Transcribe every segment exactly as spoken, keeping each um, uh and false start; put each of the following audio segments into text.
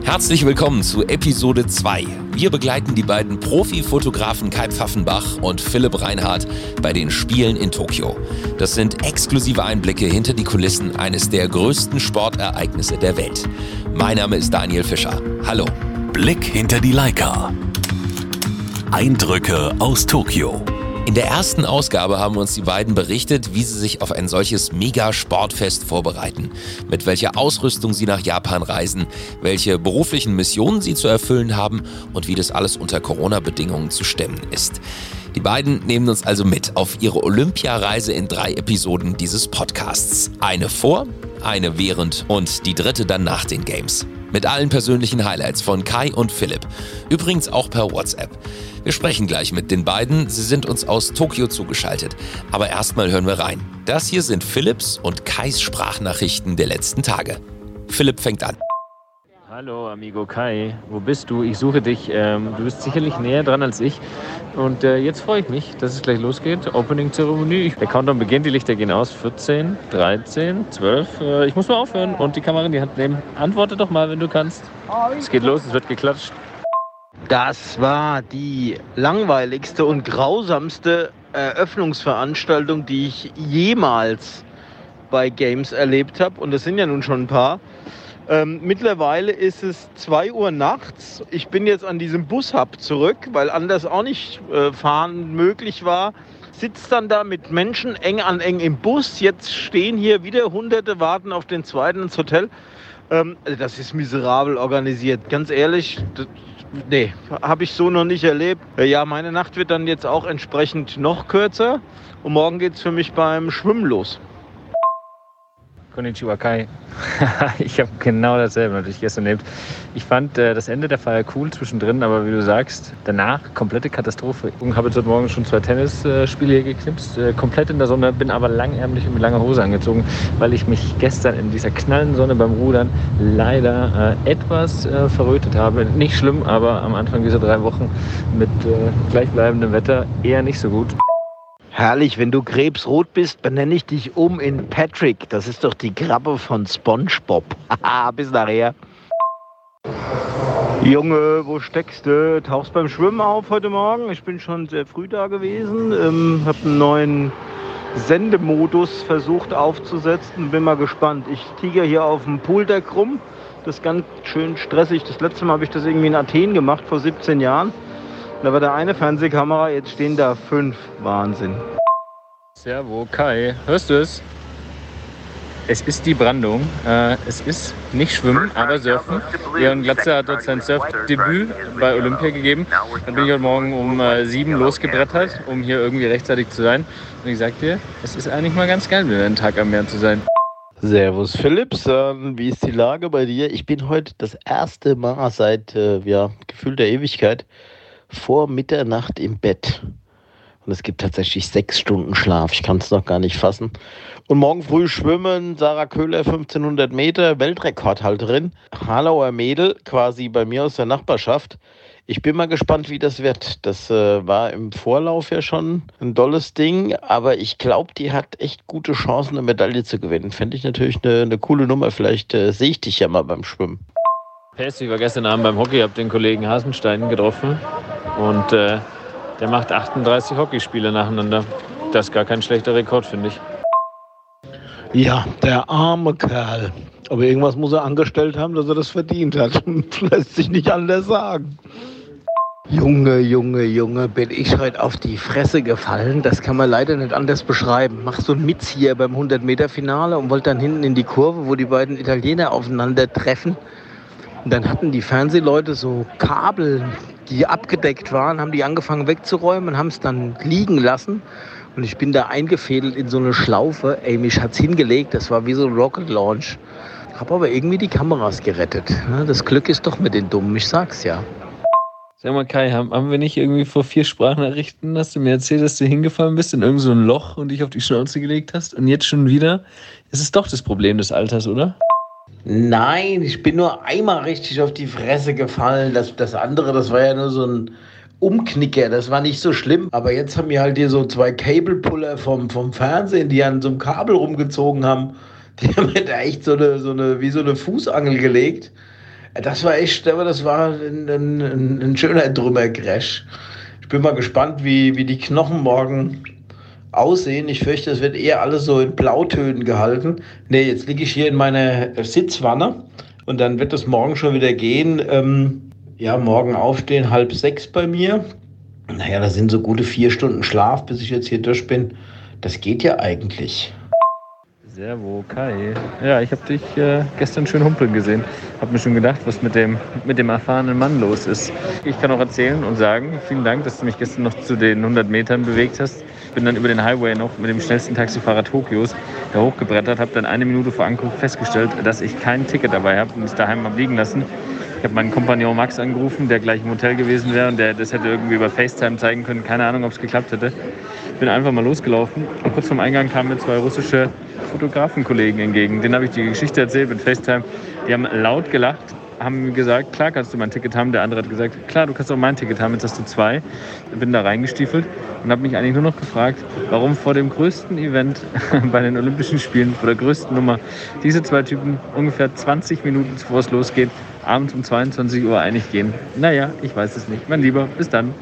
Herzlich willkommen zu Episode zwei. Wir begleiten die beiden Profifotografen Kai Pfaffenbach und Philipp Reinhardt bei den Spielen in Tokio. Das sind exklusive Einblicke hinter die Kulissen eines der größten Sportereignisse der Welt. Mein Name ist Daniel Fischer. Hallo. Blick hinter die Leica. Eindrücke aus Tokio. In der ersten Ausgabe haben uns die beiden berichtet, wie sie sich auf ein solches Mega-Sportfest vorbereiten, mit welcher Ausrüstung sie nach Japan reisen, welche beruflichen Missionen sie zu erfüllen haben und wie das alles unter Corona-Bedingungen zu stemmen ist. Die beiden nehmen uns also mit auf ihre Olympiareise in drei Episoden dieses Podcasts. Eine vor, eine während und die dritte dann nach den Games. Mit allen persönlichen Highlights von Kai und Philipp. Übrigens auch per WhatsApp. Wir sprechen gleich mit den beiden. Sie sind uns aus Tokio zugeschaltet. Aber erstmal hören wir rein. Das hier sind Philipps und Kais Sprachnachrichten der letzten Tage. Philipp fängt an. Hallo, amigo Kai. Wo bist du? Ich suche dich. Ähm, du bist sicherlich näher dran als ich. Und äh, jetzt freue ich mich, dass es gleich losgeht. Opening-Zeremonie. Der Countdown beginnt, die Lichter gehen aus. vierzehn, dreizehn, zwölf. Äh, ich muss mal aufhören und die Kamera in die Hand nehmen. Antworte doch mal, wenn du kannst. Es geht los, es wird geklatscht. Das war die langweiligste und grausamste Eröffnungsveranstaltung, die ich jemals bei Games erlebt habe. Und das sind ja nun schon ein paar. Ähm, mittlerweile ist es zwei Uhr nachts. Ich bin jetzt an diesem Bushub zurück, weil anders auch nicht äh, fahren möglich war. Sitzt dann da mit Menschen eng an eng im Bus. Jetzt stehen hier wieder Hunderte, warten auf den zweiten ins Hotel. Ähm, das ist miserabel organisiert. Ganz ehrlich, das, nee, habe ich so noch nicht erlebt. Ja, meine Nacht wird dann jetzt auch entsprechend noch kürzer. Und morgen geht es für mich beim Schwimmen los. Konnichiwa Kai. Ich habe genau dasselbe natürlich gestern erlebt. Ich fand äh, das Ende der Feier cool zwischendrin, aber wie du sagst, danach komplette Katastrophe. Ich habe jetzt heute Morgen schon zwei Tennisspiele hier geknipst, äh, komplett in der Sonne, bin aber langärmlich und mit langer Hose angezogen, weil ich mich gestern in dieser knallen Sonne beim Rudern leider äh, etwas äh, verrötet habe. Nicht schlimm, aber am Anfang dieser drei Wochen mit äh, gleichbleibendem Wetter eher nicht so gut. Herrlich, wenn du krebsrot bist, benenne ich dich um in Patrick. Das ist doch die Krabbe von SpongeBob. Haha, bis nachher. Junge, wo steckst du? Tauchst beim Schwimmen auf heute Morgen? Ich bin schon sehr früh da gewesen. Ähm, hab einen neuen Sendemodus versucht aufzusetzen. Bin mal gespannt. Ich tiger hier auf dem Pooldeck rum. Das ist ganz schön stressig. Das letzte Mal habe ich das irgendwie in Athen gemacht, vor siebzehn Jahren. Da war da eine Fernsehkamera, jetzt stehen da fünf. Wahnsinn. Servo, Kai. Hörst du es? Es ist die Brandung. Äh, es ist nicht Schwimmen, aber Surfen. Leon Glatze hat dort sein Surfdebüt bei Olympia gegeben. Dann bin ich heute Morgen um äh, sieben losgebrettert, um hier irgendwie rechtzeitig zu sein. Und ich sag dir, es ist eigentlich mal ganz geil, wieder einen Tag am Meer zu sein. Servus Philipps, ähm, wie ist die Lage bei dir? Ich bin heute das erste Mal seit äh, ja, gefühlter Ewigkeit vor Mitternacht im Bett. Und es gibt tatsächlich sechs Stunden Schlaf. Ich kann es noch gar nicht fassen. Und morgen früh schwimmen Sarah Köhler fünfzehnhundert Meter, Weltrekordhalterin. Halauer Mädel, quasi bei mir aus der Nachbarschaft. Ich bin mal gespannt, wie das wird. Das äh, war im Vorlauf ja schon ein tolles Ding. Aber ich glaube, die hat echt gute Chancen, eine Medaille zu gewinnen. Fände ich natürlich eine, eine coole Nummer. Vielleicht äh, sehe ich dich ja mal beim Schwimmen. Ich war gestern Abend beim Hockey, habe den Kollegen Hasenstein getroffen und äh, der macht achtunddreißig Hockeyspiele nacheinander. Das ist gar kein schlechter Rekord, finde ich. Ja, der arme Kerl. Aber irgendwas muss er angestellt haben, dass er das verdient hat. Lässt sich nicht anders sagen. Junge, Junge, Junge, bin ich heute auf die Fresse gefallen. Das kann man leider nicht anders beschreiben. Mach so einen Mitz hier beim hundert-Meter-Finale und wollte dann hinten in die Kurve, wo die beiden Italiener aufeinandertreffen. Und dann hatten die Fernsehleute so Kabel, die abgedeckt waren, haben die angefangen wegzuräumen und haben es dann liegen lassen. Und ich bin da eingefädelt in so eine Schlaufe. Ey, mich hat's hingelegt, das war wie so ein Rocket Launch. Hab aber irgendwie die Kameras gerettet. Das Glück ist doch mit den Dummen, ich sag's ja. Sag mal Kai, haben, haben wir nicht irgendwie vor vier Sprachnachrichten, hast du mir erzählt, dass du hingefallen bist in irgend so ein Loch und dich auf die Schnauze gelegt hast? Und jetzt schon wieder? Es ist doch das Problem des Alters, oder? Nein, ich bin nur einmal richtig auf die Fresse gefallen. Das, das andere, das war ja nur so ein Umknicker, das war nicht so schlimm. Aber jetzt haben mir halt hier so zwei Cable-Puller vom, vom Fernsehen, die an so einem Kabel rumgezogen haben. Die haben mir da echt so eine, so eine, wie so eine Fußangel gelegt. Das war echt, aber das war ein, ein, ein schöner Trümmercrash. Ich bin mal gespannt, wie, wie die Knochen morgen aussehen. Ich fürchte, es wird eher alles so in Blautönen gehalten. Nee, jetzt liege ich hier in meiner Sitzwanne und dann wird es morgen schon wieder gehen. Ähm, ja, morgen aufstehen, halb sechs bei mir. Naja, das sind so gute vier Stunden Schlaf, bis ich jetzt hier durch bin. Das geht ja eigentlich. Servo, Kai. Ja, ich habe dich äh, gestern schön humpeln gesehen. Hab mir schon gedacht, was mit dem, mit dem erfahrenen Mann los ist. Ich kann auch erzählen und sagen, vielen Dank, dass du mich gestern noch zu den hundert Metern bewegt hast. Ich bin dann über den Highway noch mit dem schnellsten Taxifahrer Tokios da hochgebrettert, habe dann eine Minute vor Ankunft festgestellt, dass ich kein Ticket dabei habe und es daheim habe liegen lassen. Ich habe meinen Kompagnon Max angerufen, der gleich im Hotel gewesen wäre und der das hätte irgendwie über FaceTime zeigen können. Keine Ahnung, ob es geklappt hätte. Ich bin einfach mal losgelaufen und kurz vorm Eingang kamen mir zwei russische Fotografenkollegen entgegen. Denen habe ich die Geschichte erzählt mit FaceTime. Die haben laut gelacht, haben mir gesagt, klar kannst du mein Ticket haben. Der andere hat gesagt, klar, du kannst auch mein Ticket haben, jetzt hast du zwei. Ich bin da reingestiefelt und habe mich eigentlich nur noch gefragt, warum vor dem größten Event bei den Olympischen Spielen, vor der größten Nummer, diese zwei Typen ungefähr zwanzig Minuten bevor es losgeht, abends um zweiundzwanzig Uhr einig gehen. Naja, ich weiß es nicht. Mein Lieber, bis dann.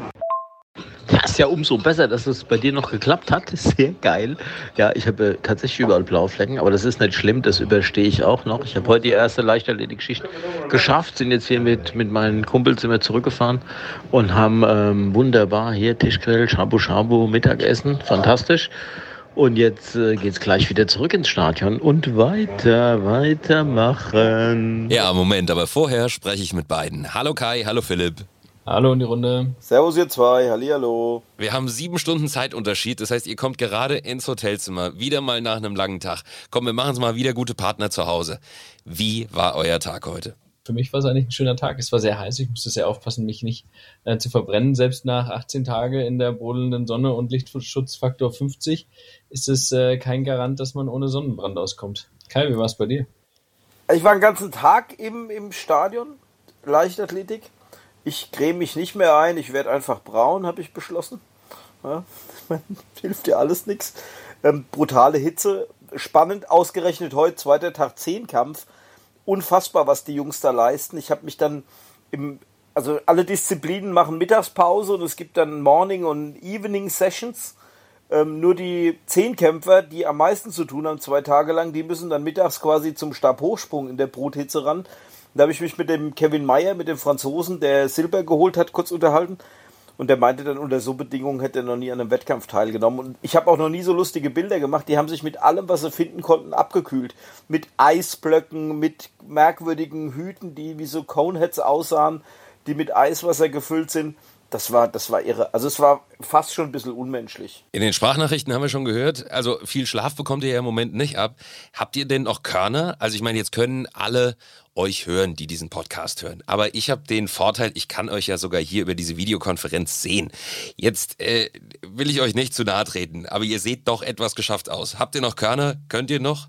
Ja, ist ja umso besser, dass es bei dir noch geklappt hat. Ist sehr geil. Ja, ich habe tatsächlich überall Blauflecken, aber das ist nicht schlimm, das überstehe ich auch noch. Ich habe heute die erste Leichtathletikschicht geschafft, sind jetzt hier mit, mit meinen Kumpels immer zurückgefahren und haben ähm, wunderbar hier Tischgrill, Shabu Shabu, Mittagessen, fantastisch. Und jetzt äh, geht's gleich wieder zurück ins Stadion und weiter, weitermachen. Ja, Moment, aber vorher spreche ich mit beiden. Hallo Kai, hallo Philipp. Hallo in die Runde. Servus ihr zwei, hallihallo. Wir haben sieben Stunden Zeitunterschied, das heißt, ihr kommt gerade ins Hotelzimmer, wieder mal nach einem langen Tag. Komm, wir machen es mal wieder, gute Partner zu Hause. Wie war euer Tag heute? Für mich war es eigentlich ein schöner Tag. Es war sehr heiß, ich musste sehr aufpassen, mich nicht äh, zu verbrennen. Selbst nach achtzehn Tagen in der brodelnden Sonne und Lichtschutzfaktor fünfzig ist es äh, kein Garant, dass man ohne Sonnenbrand auskommt. Kai, wie war es bei dir? Ich war den ganzen Tag im, im Stadion, Leichtathletik. Ich creme mich nicht mehr ein, ich werde einfach braun, habe ich beschlossen. Ja, hilft dir alles nichts. Ähm, brutale Hitze, spannend, ausgerechnet heute, zweiter Tag Zehnkampf. Unfassbar, was die Jungs da leisten. Ich habe mich dann, im, also alle Disziplinen machen Mittagspause und es gibt dann Morning- und Evening-Sessions. Ähm, nur die Zehnkämpfer, die am meisten zu tun haben, zwei Tage lang, die müssen dann mittags quasi zum Stabhochsprung in der Bruthitze ran. Da habe ich mich mit dem Kevin Meyer, mit dem Franzosen, der Silber geholt hat, kurz unterhalten. Und der meinte dann, unter so Bedingungen hätte er noch nie an einem Wettkampf teilgenommen. Und ich habe auch noch nie so lustige Bilder gemacht. Die haben sich mit allem, was sie finden konnten, abgekühlt. Mit Eisblöcken, mit merkwürdigen Hüten, die wie so Coneheads aussahen, die mit Eiswasser gefüllt sind. Das war, das war irre. Also es war fast schon ein bisschen unmenschlich. In den Sprachnachrichten haben wir schon gehört, also viel Schlaf bekommt ihr ja im Moment nicht ab. Habt ihr denn noch Körner? Also ich meine, jetzt können alle euch hören, die diesen Podcast hören. Aber ich habe den Vorteil, ich kann euch ja sogar hier über diese Videokonferenz sehen. Jetzt äh, will ich euch nicht zu nahe treten, aber ihr seht doch etwas geschafft aus. Habt ihr noch Körner? Könnt ihr noch?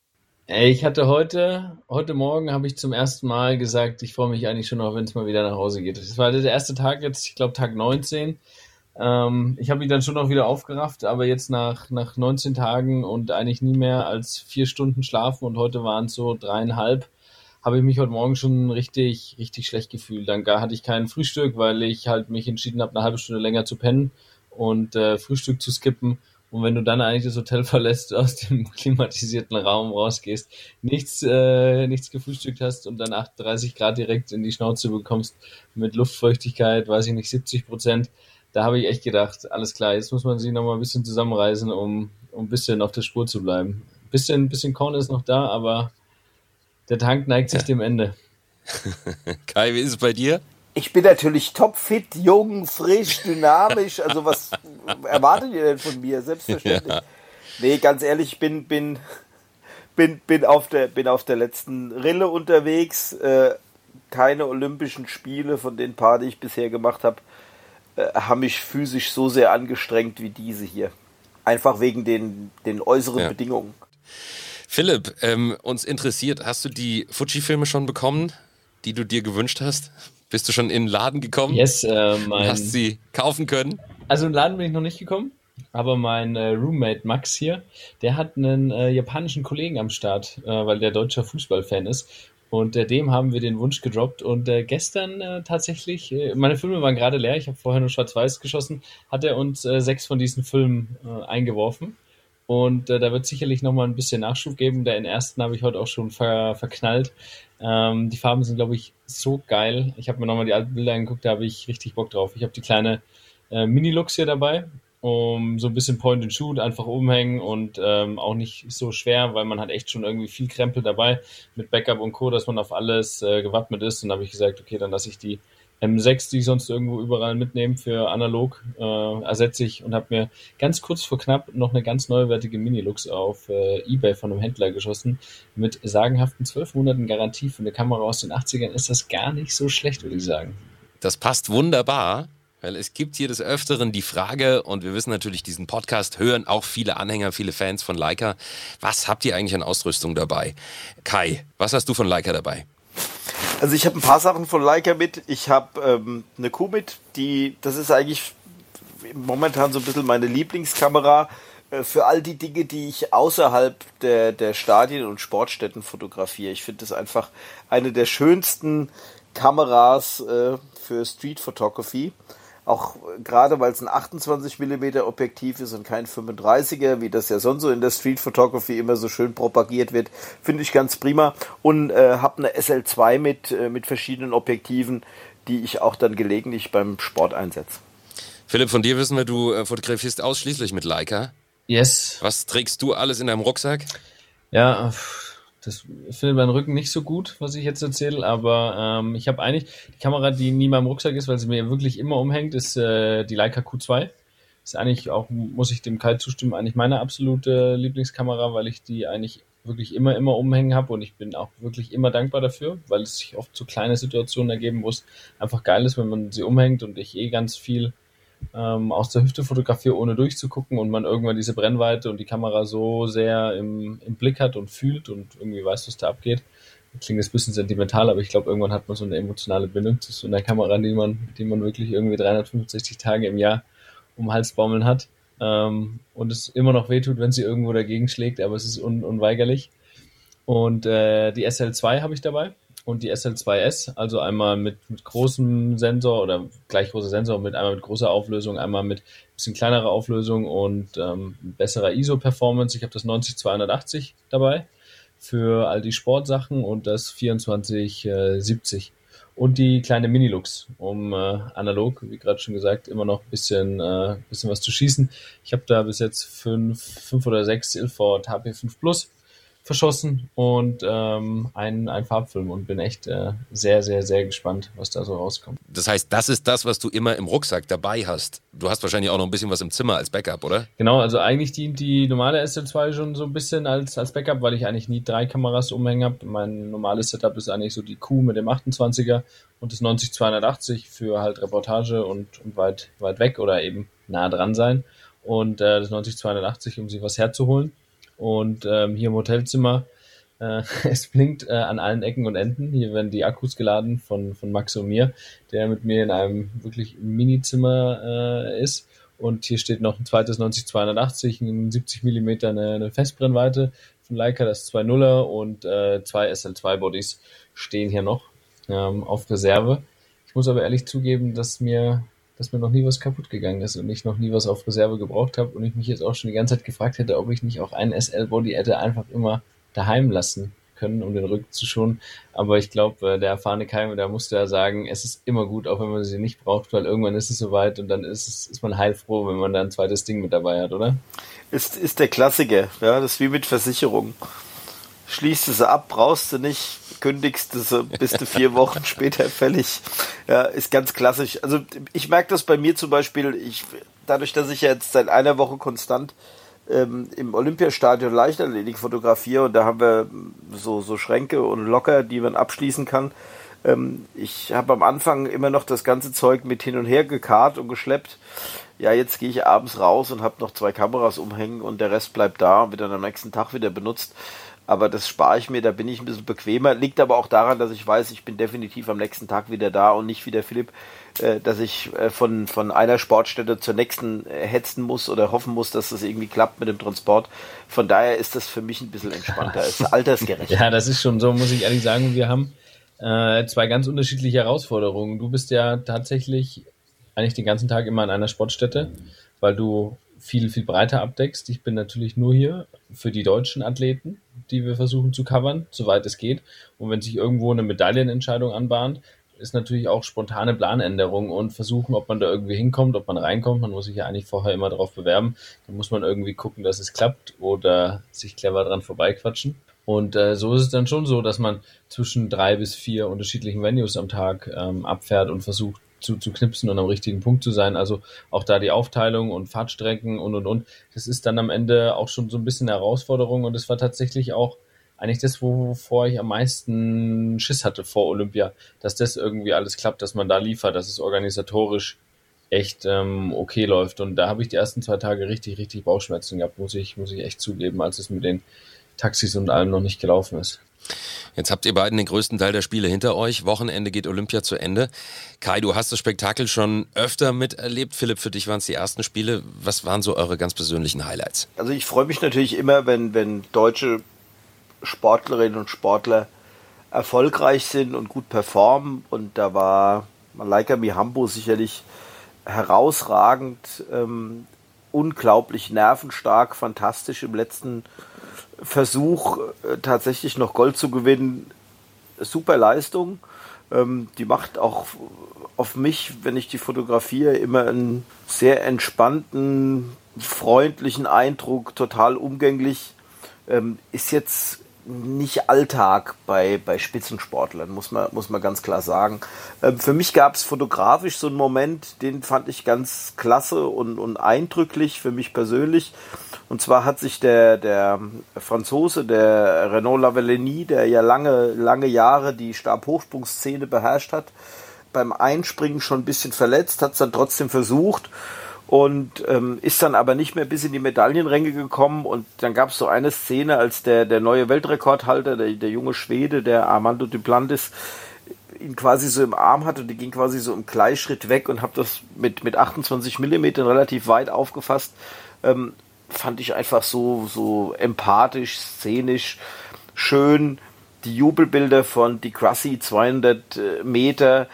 Ich hatte heute, heute Morgen habe ich zum ersten Mal gesagt, ich freue mich eigentlich schon noch, wenn es mal wieder nach Hause geht. Das war der erste Tag jetzt, ich glaube Tag neunzehn. Ähm, ich habe mich dann schon noch wieder aufgerafft, aber jetzt nach, nach neunzehn Tagen und eigentlich nie mehr als vier Stunden schlafen und heute waren es so dreieinhalb, habe ich mich heute Morgen schon richtig, richtig schlecht gefühlt. Dann gar hatte ich kein Frühstück, weil ich halt mich entschieden habe, eine halbe Stunde länger zu pennen und äh, Frühstück zu skippen. Und wenn du dann eigentlich das Hotel verlässt, aus dem klimatisierten Raum rausgehst, nichts, äh, nichts gefrühstückt hast und dann achtunddreißig Grad direkt in die Schnauze bekommst mit Luftfeuchtigkeit, weiß ich nicht, siebzig Prozent, da habe ich echt gedacht, alles klar, jetzt muss man sich nochmal ein bisschen zusammenreißen, um, um ein bisschen auf der Spur zu bleiben. Ein bisschen, ein bisschen Korn ist noch da, aber der Tank neigt sich ja dem Ende. Kai, wie ist es bei dir? Ich bin natürlich topfit, jung, frisch, dynamisch. Also was erwartet ihr denn von mir? Selbstverständlich. Ja. Nee, ganz ehrlich, ich bin, bin, bin, bin, auf der, bin auf der letzten Rille unterwegs. Äh, keine Olympischen Spiele von den paar, die ich bisher gemacht habe, äh, haben mich physisch so sehr angestrengt wie diese hier. Einfach wegen den, den äußeren ja. Bedingungen. Philipp, ähm, uns interessiert, hast du die Fuji-Filme schon bekommen, die du dir gewünscht hast? Bist du schon in den Laden gekommen? Yes, äh, mein... Und hast sie kaufen können? Also in den Laden bin ich noch nicht gekommen, aber mein äh, Roommate Max hier, der hat einen äh, japanischen Kollegen am Start, äh, weil der deutscher Fußballfan ist. Und äh, dem haben wir den Wunsch gedroppt. Und äh, gestern äh, tatsächlich, äh, meine Filme waren gerade leer, ich habe vorher nur schwarz-weiß geschossen, hat er uns äh, sechs von diesen Filmen äh, eingeworfen. Und äh, da wird sicherlich nochmal ein bisschen Nachschub geben. Den ersten habe ich heute auch schon ver- verknallt. Ähm, die Farben sind, glaube ich, so geil. Ich habe mir nochmal die alten Bilder angeguckt, da habe ich richtig Bock drauf. Ich habe die kleine äh, Mini-Lux hier dabei, um so ein bisschen Point and Shoot, einfach umhängen und ähm, auch nicht so schwer, weil man hat echt schon irgendwie viel Krempel dabei mit Backup und Co., dass man auf alles äh, gewappnet ist. Und dann habe ich gesagt, okay, dann lasse ich die M sechs, die ich sonst irgendwo überall mitnehme für analog, äh, ersetze ich und habe mir ganz kurz vor knapp noch eine ganz neuwertige Minilux auf äh, eBay von einem Händler geschossen. Mit sagenhaften zwölf Monaten Garantie für eine Kamera aus den achtzigern ist das gar nicht so schlecht, würde ich sagen. Das passt wunderbar, weil es gibt hier des Öfteren die Frage, und wir wissen natürlich, diesen Podcast hören auch viele Anhänger, viele Fans von Leica. Was habt ihr eigentlich an Ausrüstung dabei? Kai, was hast du von Leica dabei? Also ich habe ein paar Sachen von Leica mit. Ich habe ähm, eine Q mit, die, das ist eigentlich momentan so ein bisschen meine Lieblingskamera äh, für all die Dinge, die ich außerhalb der, der Stadien und Sportstätten fotografiere. Ich finde das einfach eine der schönsten Kameras äh, für Street Photography. Auch gerade, weil es ein achtundzwanzig Millimeter Objektiv ist und kein fünfunddreißiger, wie das ja sonst so in der Street Photography immer so schön propagiert wird, finde ich ganz prima. Und äh, habe eine S L zwei mit, äh, mit verschiedenen Objektiven, die ich auch dann gelegentlich beim Sport einsetze. Philipp, von dir wissen wir, du äh, fotografierst ausschließlich mit Leica. Yes. Was trägst du alles in deinem Rucksack? Ja, das findet mein Rücken nicht so gut, was ich jetzt erzähle, aber ähm, ich habe eigentlich, die Kamera, die nie in meinem Rucksack ist, weil sie mir wirklich immer umhängt, ist äh, die Leica Q zwei. Ist eigentlich auch, muss ich dem Kai zustimmen, eigentlich meine absolute Lieblingskamera, weil ich die eigentlich wirklich immer, immer umhängen habe und ich bin auch wirklich immer dankbar dafür, weil es sich oft so kleine Situationen ergeben, wo es einfach geil ist, wenn man sie umhängt und ich eh ganz viel ähm, aus der Hüfte fotografiere, ohne durchzugucken und man irgendwann diese Brennweite und die Kamera so sehr im, im Blick hat und fühlt und irgendwie weiß, was da abgeht. Klingt jetzt ein bisschen sentimental, aber ich glaube, irgendwann hat man so eine emotionale Bindung zu so einer Kamera, die man, die man wirklich irgendwie dreihundertfünfundsechzig Tage im Jahr um den Hals baumeln hat. Ähm, und es immer noch wehtut, wenn sie irgendwo dagegen schlägt, aber es ist un- unweigerlich. Und äh, die S L zwei habe ich dabei. Und die S L zwei S, also einmal mit, mit großem Sensor oder gleich großer Sensor, mit einmal mit großer Auflösung, einmal mit ein bisschen kleinerer Auflösung und ähm, besserer I S O-Performance. Ich habe das neunzig zweihundertachtzig dabei für all die Sportsachen und das vierundzwanzig siebzig. Und die kleine Minilux, um äh, analog, wie gerade schon gesagt, immer noch ein bisschen, äh, bisschen was zu schießen. Ich habe da bis jetzt fünf, fünf oder sechs Ilford H P fünf Plus verschossen und ähm, ein, ein Farbfilm und bin echt äh, sehr, sehr, sehr gespannt, was da so rauskommt. Das heißt, das ist das, was du immer im Rucksack dabei hast. Du hast wahrscheinlich auch noch ein bisschen was im Zimmer als Backup, oder? Genau, also eigentlich dient die normale S L zwei schon so ein bisschen als, als Backup, weil ich eigentlich nie drei Kameras umhängen habe. Mein normales Setup ist eigentlich so die Q mit dem achtundzwanziger und das neunzig zweihundertachtzig für halt Reportage und, und weit, weit weg oder eben nah dran sein. Und äh, das neunzig zweihundertachtzig, um sich was herzuholen. Und ähm, hier im Hotelzimmer, äh, es blinkt äh, an allen Ecken und Enden. Hier werden die Akkus geladen von, von Max und mir, der mit mir in einem wirklich Minizimmer äh, ist. Und hier steht noch ein zweites neunzig zweihundertachtzig, ein siebzig Millimeter, eine, eine Festbrennweite von Leica, das zwei Nuller und äh, zwei S L zwei Bodies stehen hier noch ähm, auf Reserve. Ich muss aber ehrlich zugeben, dass mir dass mir noch nie was kaputt gegangen ist und ich noch nie was auf Reserve gebraucht habe und ich mich jetzt auch schon die ganze Zeit gefragt hätte, ob ich nicht auch einen S L-Body hätte einfach immer daheim lassen können, um den Rücken zu schonen. Aber ich glaube, der erfahrene Kai, der musste ja sagen, es ist immer gut, auch wenn man sie nicht braucht, weil irgendwann ist es soweit und dann ist es, ist man heilfroh, wenn man da ein zweites Ding mit dabei hat, oder? Ist, ist der Klassiker, ja, das ist wie mit Versicherung. Schließt du sie ab, brauchst du nicht, kündigst du sie, bist du vier Wochen später fällig. Ja, ist ganz klassisch. Also ich merke das bei mir zum Beispiel, ich, dadurch, dass ich jetzt seit einer Woche konstant ähm, im Olympiastadion Leichtathletik fotografiere und da haben wir so, so Schränke und Locker, die man abschließen kann. Ähm, ich habe am Anfang immer noch das ganze Zeug mit hin und her gekarrt und geschleppt. Ja, jetzt gehe ich abends raus und habe noch zwei Kameras umhängen und der Rest bleibt da und wird dann am nächsten Tag wieder benutzt. Aber das spare ich mir, da bin ich ein bisschen bequemer. Liegt aber auch daran, dass ich weiß, ich bin definitiv am nächsten Tag wieder da und nicht wie der Philipp, äh, dass ich äh, von, von einer Sportstätte zur nächsten äh, hetzen muss oder hoffen muss, dass das irgendwie klappt mit dem Transport. Von daher ist das für mich ein bisschen entspannter. Es ist altersgerecht. Ja, das ist schon so, muss ich ehrlich sagen. Wir haben äh, zwei ganz unterschiedliche Herausforderungen. Du bist ja tatsächlich eigentlich den ganzen Tag immer an einer Sportstätte, weil du viel, viel breiter abdeckst. Ich bin natürlich nur hier für die deutschen Athleten, die wir versuchen zu covern, soweit es geht. Und wenn sich irgendwo eine Medaillenentscheidung anbahnt, ist natürlich auch spontane Planänderung und versuchen, ob man da irgendwie hinkommt, ob man reinkommt. Man muss sich ja eigentlich vorher immer darauf bewerben. Dann muss man irgendwie gucken, dass es klappt oder sich clever dran vorbeiquatschen. Und äh, so ist es dann schon so, dass man zwischen drei bis vier unterschiedlichen Venues am Tag ähm, abfährt und versucht, Zu, zu knipsen und am richtigen Punkt zu sein. Also auch da die Aufteilung und Fahrtstrecken und, und, und. Das ist dann am Ende auch schon so ein bisschen eine Herausforderung und es war tatsächlich auch eigentlich das, wovor ich am meisten Schiss hatte vor Olympia, dass das irgendwie alles klappt, dass man da liefert, dass es organisatorisch echt ähm, okay läuft. Und da habe ich die ersten zwei Tage richtig, richtig Bauchschmerzen gehabt, muss ich, muss ich echt zugeben, als es mit den Taxis und allem noch nicht gelaufen ist. Jetzt habt ihr beiden den größten Teil der Spiele hinter euch. Wochenende geht Olympia zu Ende. Kai, du hast das Spektakel schon öfter miterlebt. Philipp, für dich waren es die ersten Spiele. Was waren so eure ganz persönlichen Highlights? Also ich freue mich natürlich immer, wenn, wenn deutsche Sportlerinnen und Sportler erfolgreich sind und gut performen. Und da war Malaika Mihambo sicherlich herausragend, ähm, unglaublich nervenstark, fantastisch im letzten Versuch äh, tatsächlich noch Gold zu gewinnen. Super Leistung. Ähm, die macht auch auf mich, wenn ich die fotografiere, immer einen sehr entspannten, freundlichen Eindruck, total umgänglich. Ähm, ist jetzt nicht Alltag bei, bei Spitzensportlern, muss man, muss man ganz klar sagen. Ähm, für mich gab es fotografisch so einen Moment, den fand ich ganz klasse und, und eindrücklich für mich persönlich. Und zwar hat sich der, der Franzose, der Renaud Lavillenie, der ja lange, lange Jahre die Stabhochsprungszene beherrscht hat, beim Einspringen schon ein bisschen verletzt, hat es dann trotzdem versucht und ähm, ist dann aber nicht mehr bis in die Medaillenränge gekommen. Und dann gab es so eine Szene, als der, der neue Weltrekordhalter, der, der junge Schwede, der Armando Duplantis, ihn quasi so im Arm hatte und die ging quasi so im Gleichschritt weg und habe das mit, mit achtundzwanzig Millimetern relativ weit aufgefasst. Ähm, fand ich einfach so, so empathisch, szenisch, schön. Die Jubelbilder von Di Grassi, zweihundert Meter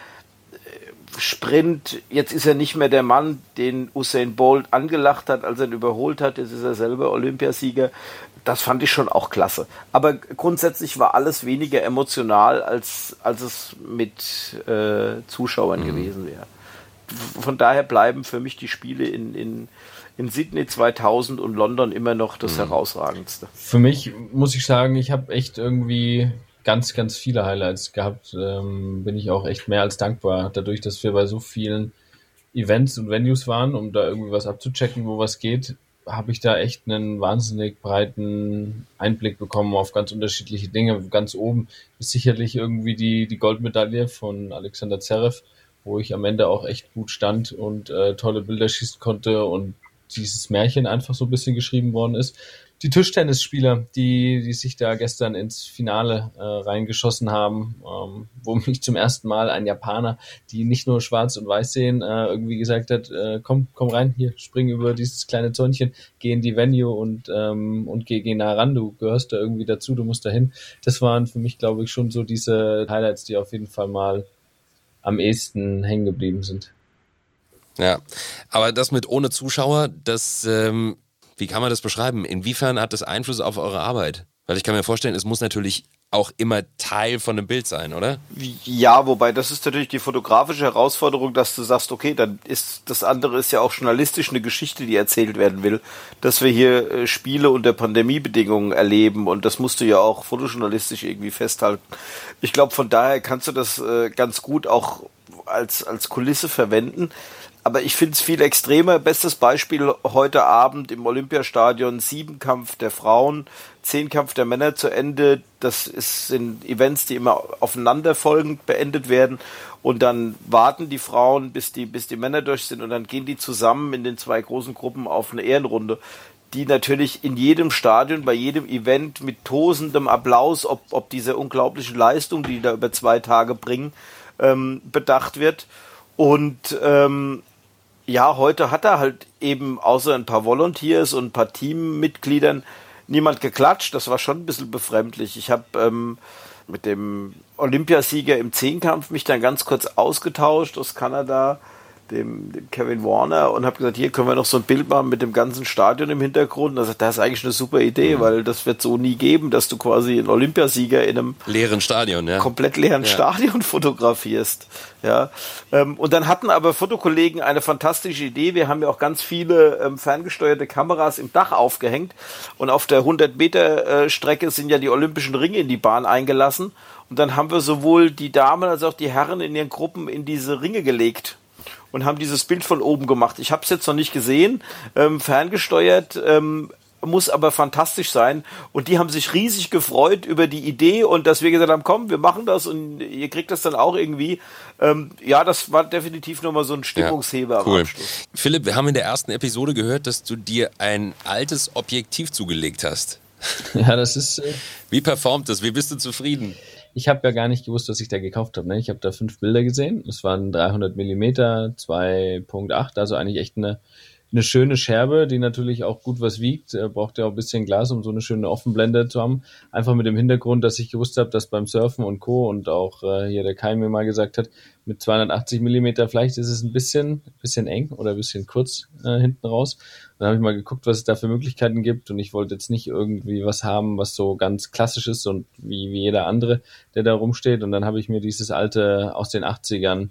Sprint. Jetzt ist er nicht mehr der Mann, den Usain Bolt angelacht hat, als er ihn überholt hat. Jetzt ist er selber Olympiasieger. Das fand ich schon auch klasse. Aber grundsätzlich war alles weniger emotional, als, als es mit äh, Zuschauern mhm. gewesen wäre. Von daher bleiben für mich die Spiele in, in in Sydney zweitausend und London immer noch das mhm. Herausragendste. Für mich muss ich sagen, ich habe echt irgendwie ganz, ganz viele Highlights gehabt. Ähm, bin ich auch echt mehr als dankbar. Dadurch, dass wir bei so vielen Events und Venues waren, um da irgendwie was abzuchecken, wo was geht, habe ich da echt einen wahnsinnig breiten Einblick bekommen auf ganz unterschiedliche Dinge. Ganz oben ist sicherlich irgendwie die, die Goldmedaille von Alexander Zverev, wo ich am Ende auch echt gut stand und äh, tolle Bilder schießen konnte und dieses Märchen einfach so ein bisschen geschrieben worden ist. Die Tischtennisspieler, die, die sich da gestern ins Finale äh, reingeschossen haben, ähm, wo mich zum ersten Mal ein Japaner, die nicht nur schwarz und weiß sehen, äh, irgendwie gesagt hat, äh, komm, komm rein, hier, spring über dieses kleine Zäunchen, geh in die Venue und, ähm, und geh, geh nah ran, du gehörst da irgendwie dazu, du musst da hin. Das waren für mich, glaube ich, schon so diese Highlights, die auf jeden Fall mal am ehesten hängen geblieben sind. Ja, aber das mit ohne Zuschauer, das, ähm, wie kann man das beschreiben? Inwiefern hat das Einfluss auf eure Arbeit? Weil ich kann mir vorstellen, es muss natürlich auch immer Teil von einem Bild sein, oder? Ja, wobei das ist natürlich die fotografische Herausforderung, dass du sagst, okay, dann ist das andere ist ja auch journalistisch eine Geschichte, die erzählt werden will, dass wir hier äh, Spiele unter Pandemiebedingungen erleben und das musst du ja auch fotojournalistisch irgendwie festhalten. Ich glaube, von daher kannst du das äh, ganz gut auch als, als Kulisse verwenden. Aber ich finde es viel extremer. Bestes Beispiel heute Abend im Olympiastadion, Siebenkampf der Frauen, Zehnkampf der Männer zu Ende. Das ist, sind Events, die immer aufeinanderfolgend beendet werden. Und dann warten die Frauen, bis die, bis die Männer durch sind und dann gehen die zusammen in den zwei großen Gruppen auf eine Ehrenrunde. die natürlich in jedem Stadion, bei jedem Event mit tosendem Applaus, ob, ob diese unglaublichen Leistung, die da über zwei Tage bringen, ähm, bedacht wird. Und ähm, ja, heute hat er halt eben außer ein paar Volunteers und ein paar Teammitgliedern niemand geklatscht. Das war schon ein bisschen befremdlich. Ich habe ähm, mit dem Olympiasieger im Zehnkampf mich dann ganz kurz ausgetauscht aus Kanada, dem, dem Kevin Warner, und habe gesagt, hier können wir noch so ein Bild machen mit dem ganzen Stadion im Hintergrund. Also das ist eigentlich eine super Idee, mhm. weil das wird so nie geben, dass du quasi einen Olympiasieger in einem leeren Stadion, ja. komplett leeren ja. Stadion fotografierst. Ja. Ähm, und dann hatten aber Fotokollegen eine fantastische Idee. Wir haben ja auch ganz viele ähm, ferngesteuerte Kameras im Dach aufgehängt, und auf der hundert Meter Strecke sind ja die Olympischen Ringe in die Bahn eingelassen, und dann haben wir sowohl die Damen als auch die Herren in ihren Gruppen in diese Ringe gelegt und haben dieses Bild von oben gemacht. Ich habe es jetzt noch nicht gesehen, ähm, ferngesteuert, ähm, muss aber fantastisch sein. Und die haben sich riesig gefreut über die Idee und dass wir gesagt haben, komm, wir machen das und ihr kriegt das dann auch irgendwie. Ähm, ja, das war definitiv nochmal so ein Stimmungsheber ja, cool. am Abschluss. Philipp, wir haben in der ersten Episode gehört, dass du dir ein altes Objektiv zugelegt hast. Ja, das ist... Äh Wie performt das? Wie bist du zufrieden? Ich habe ja gar nicht gewusst, was ich da gekauft habe. Ne? Ich habe da fünf Bilder gesehen. Es waren dreihundert Millimeter, zwei Komma acht, also eigentlich echt eine, eine schöne Scherbe, die natürlich auch gut was wiegt. Er braucht ja auch ein bisschen Glas, um so eine schöne Offenblende zu haben. Einfach mit dem Hintergrund, dass ich gewusst habe, dass beim Surfen und Co. und auch äh, hier der Kai mir mal gesagt hat, mit zweihundertachtzig Millimeter vielleicht ist es ein bisschen, bisschen eng oder ein bisschen kurz äh, hinten raus. Dann habe ich mal geguckt, was es da für Möglichkeiten gibt, und ich wollte jetzt nicht irgendwie was haben, was so ganz klassisch ist und wie, wie jeder andere, der da rumsteht. Und dann habe ich mir dieses alte aus den achtzigern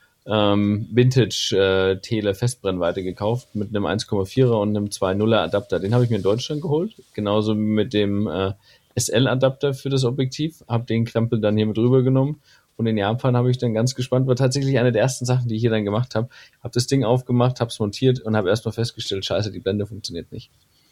ähm, Vintage äh, Tele Festbrennweite gekauft mit einem eins Komma vierer und einem zwei Komma nuller Adapter. Den habe ich mir in Deutschland geholt, genauso wie mit dem äh, S L-Adapter für das Objektiv. Habe den Krempel dann hier mit rübergenommen. Und in Japan habe ich dann ganz gespannt, war tatsächlich eine der ersten Sachen, die ich hier dann gemacht habe. Habe das Ding aufgemacht, habe es montiert und habe erstmal festgestellt, scheiße, die Blende funktioniert nicht.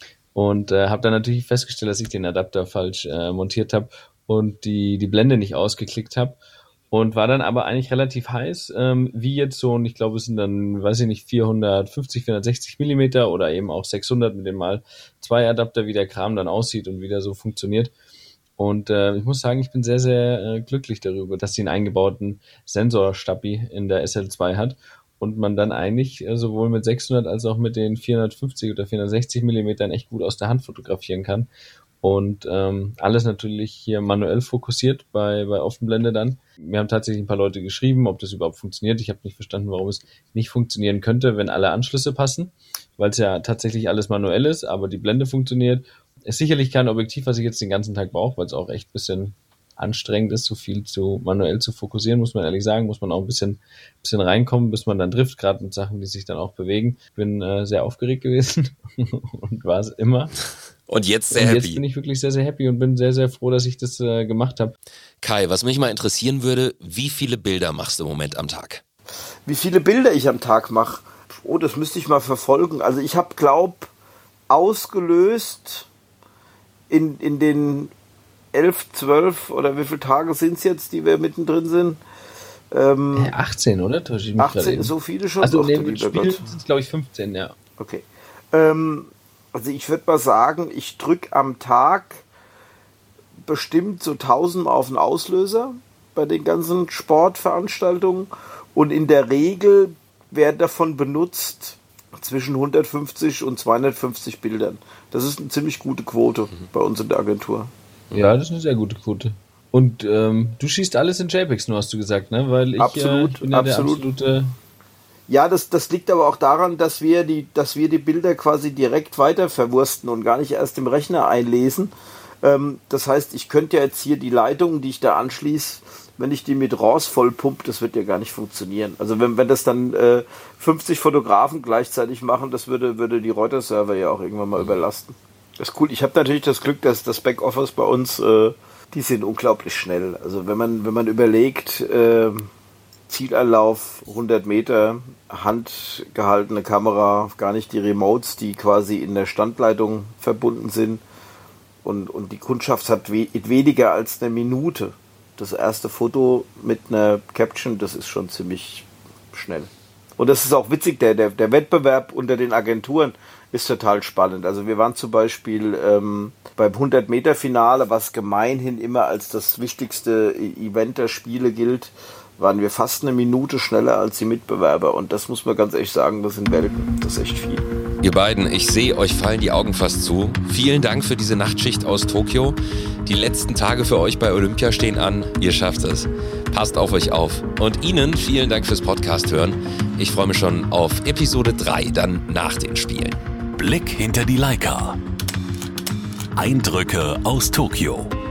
Und äh, habe dann natürlich festgestellt, dass ich den Adapter falsch äh, montiert habe und die die Blende nicht ausgeklickt habe. Und war dann aber eigentlich relativ heiß, ähm, wie jetzt so, und ich glaube, es sind dann, weiß ich nicht, vierhundertfünfzig, vierhundertsechzig Millimeter oder eben auch sechshundert mit dem mal zwei Adapter, wie der Kram dann aussieht und wie der so funktioniert. Und äh, ich muss sagen, ich bin sehr, sehr äh, glücklich darüber, dass sie einen eingebauten Sensorstabi in der S L zwei hat und man dann eigentlich äh, sowohl mit sechshundert als auch mit den vierhundertfünfzig oder vierhundertsechzig Millimetern echt gut aus der Hand fotografieren kann. Und ähm, alles natürlich hier manuell fokussiert bei, bei Offenblende dann. Wir haben tatsächlich ein paar Leute geschrieben, ob das überhaupt funktioniert. Ich habe nicht verstanden, warum es nicht funktionieren könnte, wenn alle Anschlüsse passen, weil es ja tatsächlich alles manuell ist, aber die Blende funktioniert. Ist sicherlich kein Objektiv, was ich jetzt den ganzen Tag brauche, weil es auch echt ein bisschen anstrengend ist, so viel zu manuell zu fokussieren, muss man ehrlich sagen. Muss man auch ein bisschen, bisschen reinkommen, bis man dann trifft, gerade mit Sachen, die sich dann auch bewegen. Ich bin äh, sehr aufgeregt gewesen und war es immer. Und jetzt sehr und happy. Jetzt bin ich wirklich sehr, sehr happy und bin sehr, sehr froh, dass ich das äh, gemacht habe. Kai, was mich mal interessieren würde, wie viele Bilder machst du im Moment am Tag? Wie viele Bilder ich am Tag mache? Oh, das müsste ich mal verfolgen. Also ich habe, glaub, ausgelöst in, in den elf, zwölf oder wie viele Tage sind es jetzt, die wir mittendrin sind? Ähm, achtzehn, oder? Täusche ich mich achtzehn, so viele schon? Also Doch, neben dem lieber Spiel Gott. sind es, glaube ich, fünfzehn, ja. Okay. Ähm, also ich würde mal sagen, ich drücke am Tag bestimmt so tausend auf den Auslöser bei den ganzen Sportveranstaltungen, und in der Regel werden davon benutzt zwischen hundertfünfzig und zweihundertfünfzig Bildern. Das ist eine ziemlich gute Quote mhm. bei uns in der Agentur. Ja, das ist eine sehr gute Quote. Und ähm, du schießt alles in JPEGs, nur hast du gesagt, ne? Weil ich, absolut, äh, ich bin ja absolut. der absolute... Ja, das, das liegt aber auch daran, dass wir die, dass wir die Bilder quasi direkt weiter verwursten und gar nicht erst im Rechner einlesen. Ähm, das heißt, ich könnte ja jetzt hier die Leitungen, die ich da anschließe, wenn ich die mit R A W S vollpumpe, das wird ja gar nicht funktionieren. Also wenn, wenn das dann äh, fünfzig Fotografen gleichzeitig machen, das würde, würde die Reuters-Server ja auch irgendwann mal überlasten. Das ist cool. Ich habe natürlich das Glück, dass das Backoffice bei uns, äh, die sind unglaublich schnell. Also wenn man, wenn man überlegt, äh, Zielanlauf, hundert Meter, handgehaltene Kamera, gar nicht die Remotes, die quasi in der Standleitung verbunden sind. Und, und die Kundschaft hat we- weniger als eine Minute. Das erste Foto mit einer Caption, das ist schon ziemlich schnell. Und das ist auch witzig, der, der, der Wettbewerb unter den Agenturen ist total spannend. Also wir waren zum Beispiel ähm, beim hundert-Meter-Finale, was gemeinhin immer als das wichtigste Event der Spiele gilt, waren wir fast eine Minute schneller als die Mitbewerber. Und das muss man ganz ehrlich sagen, das sind Welten. Das ist echt viel. Ihr beiden, ich sehe, euch fallen die Augen fast zu. Vielen Dank für diese Nachtschicht aus Tokio. Die letzten Tage für euch bei Olympia stehen an. Ihr schafft es. Passt auf euch auf. Und Ihnen vielen Dank fürs Podcast hören. Ich freue mich schon auf Episode drei, dann nach den Spielen. Blick hinter die Leica. Eindrücke aus Tokio.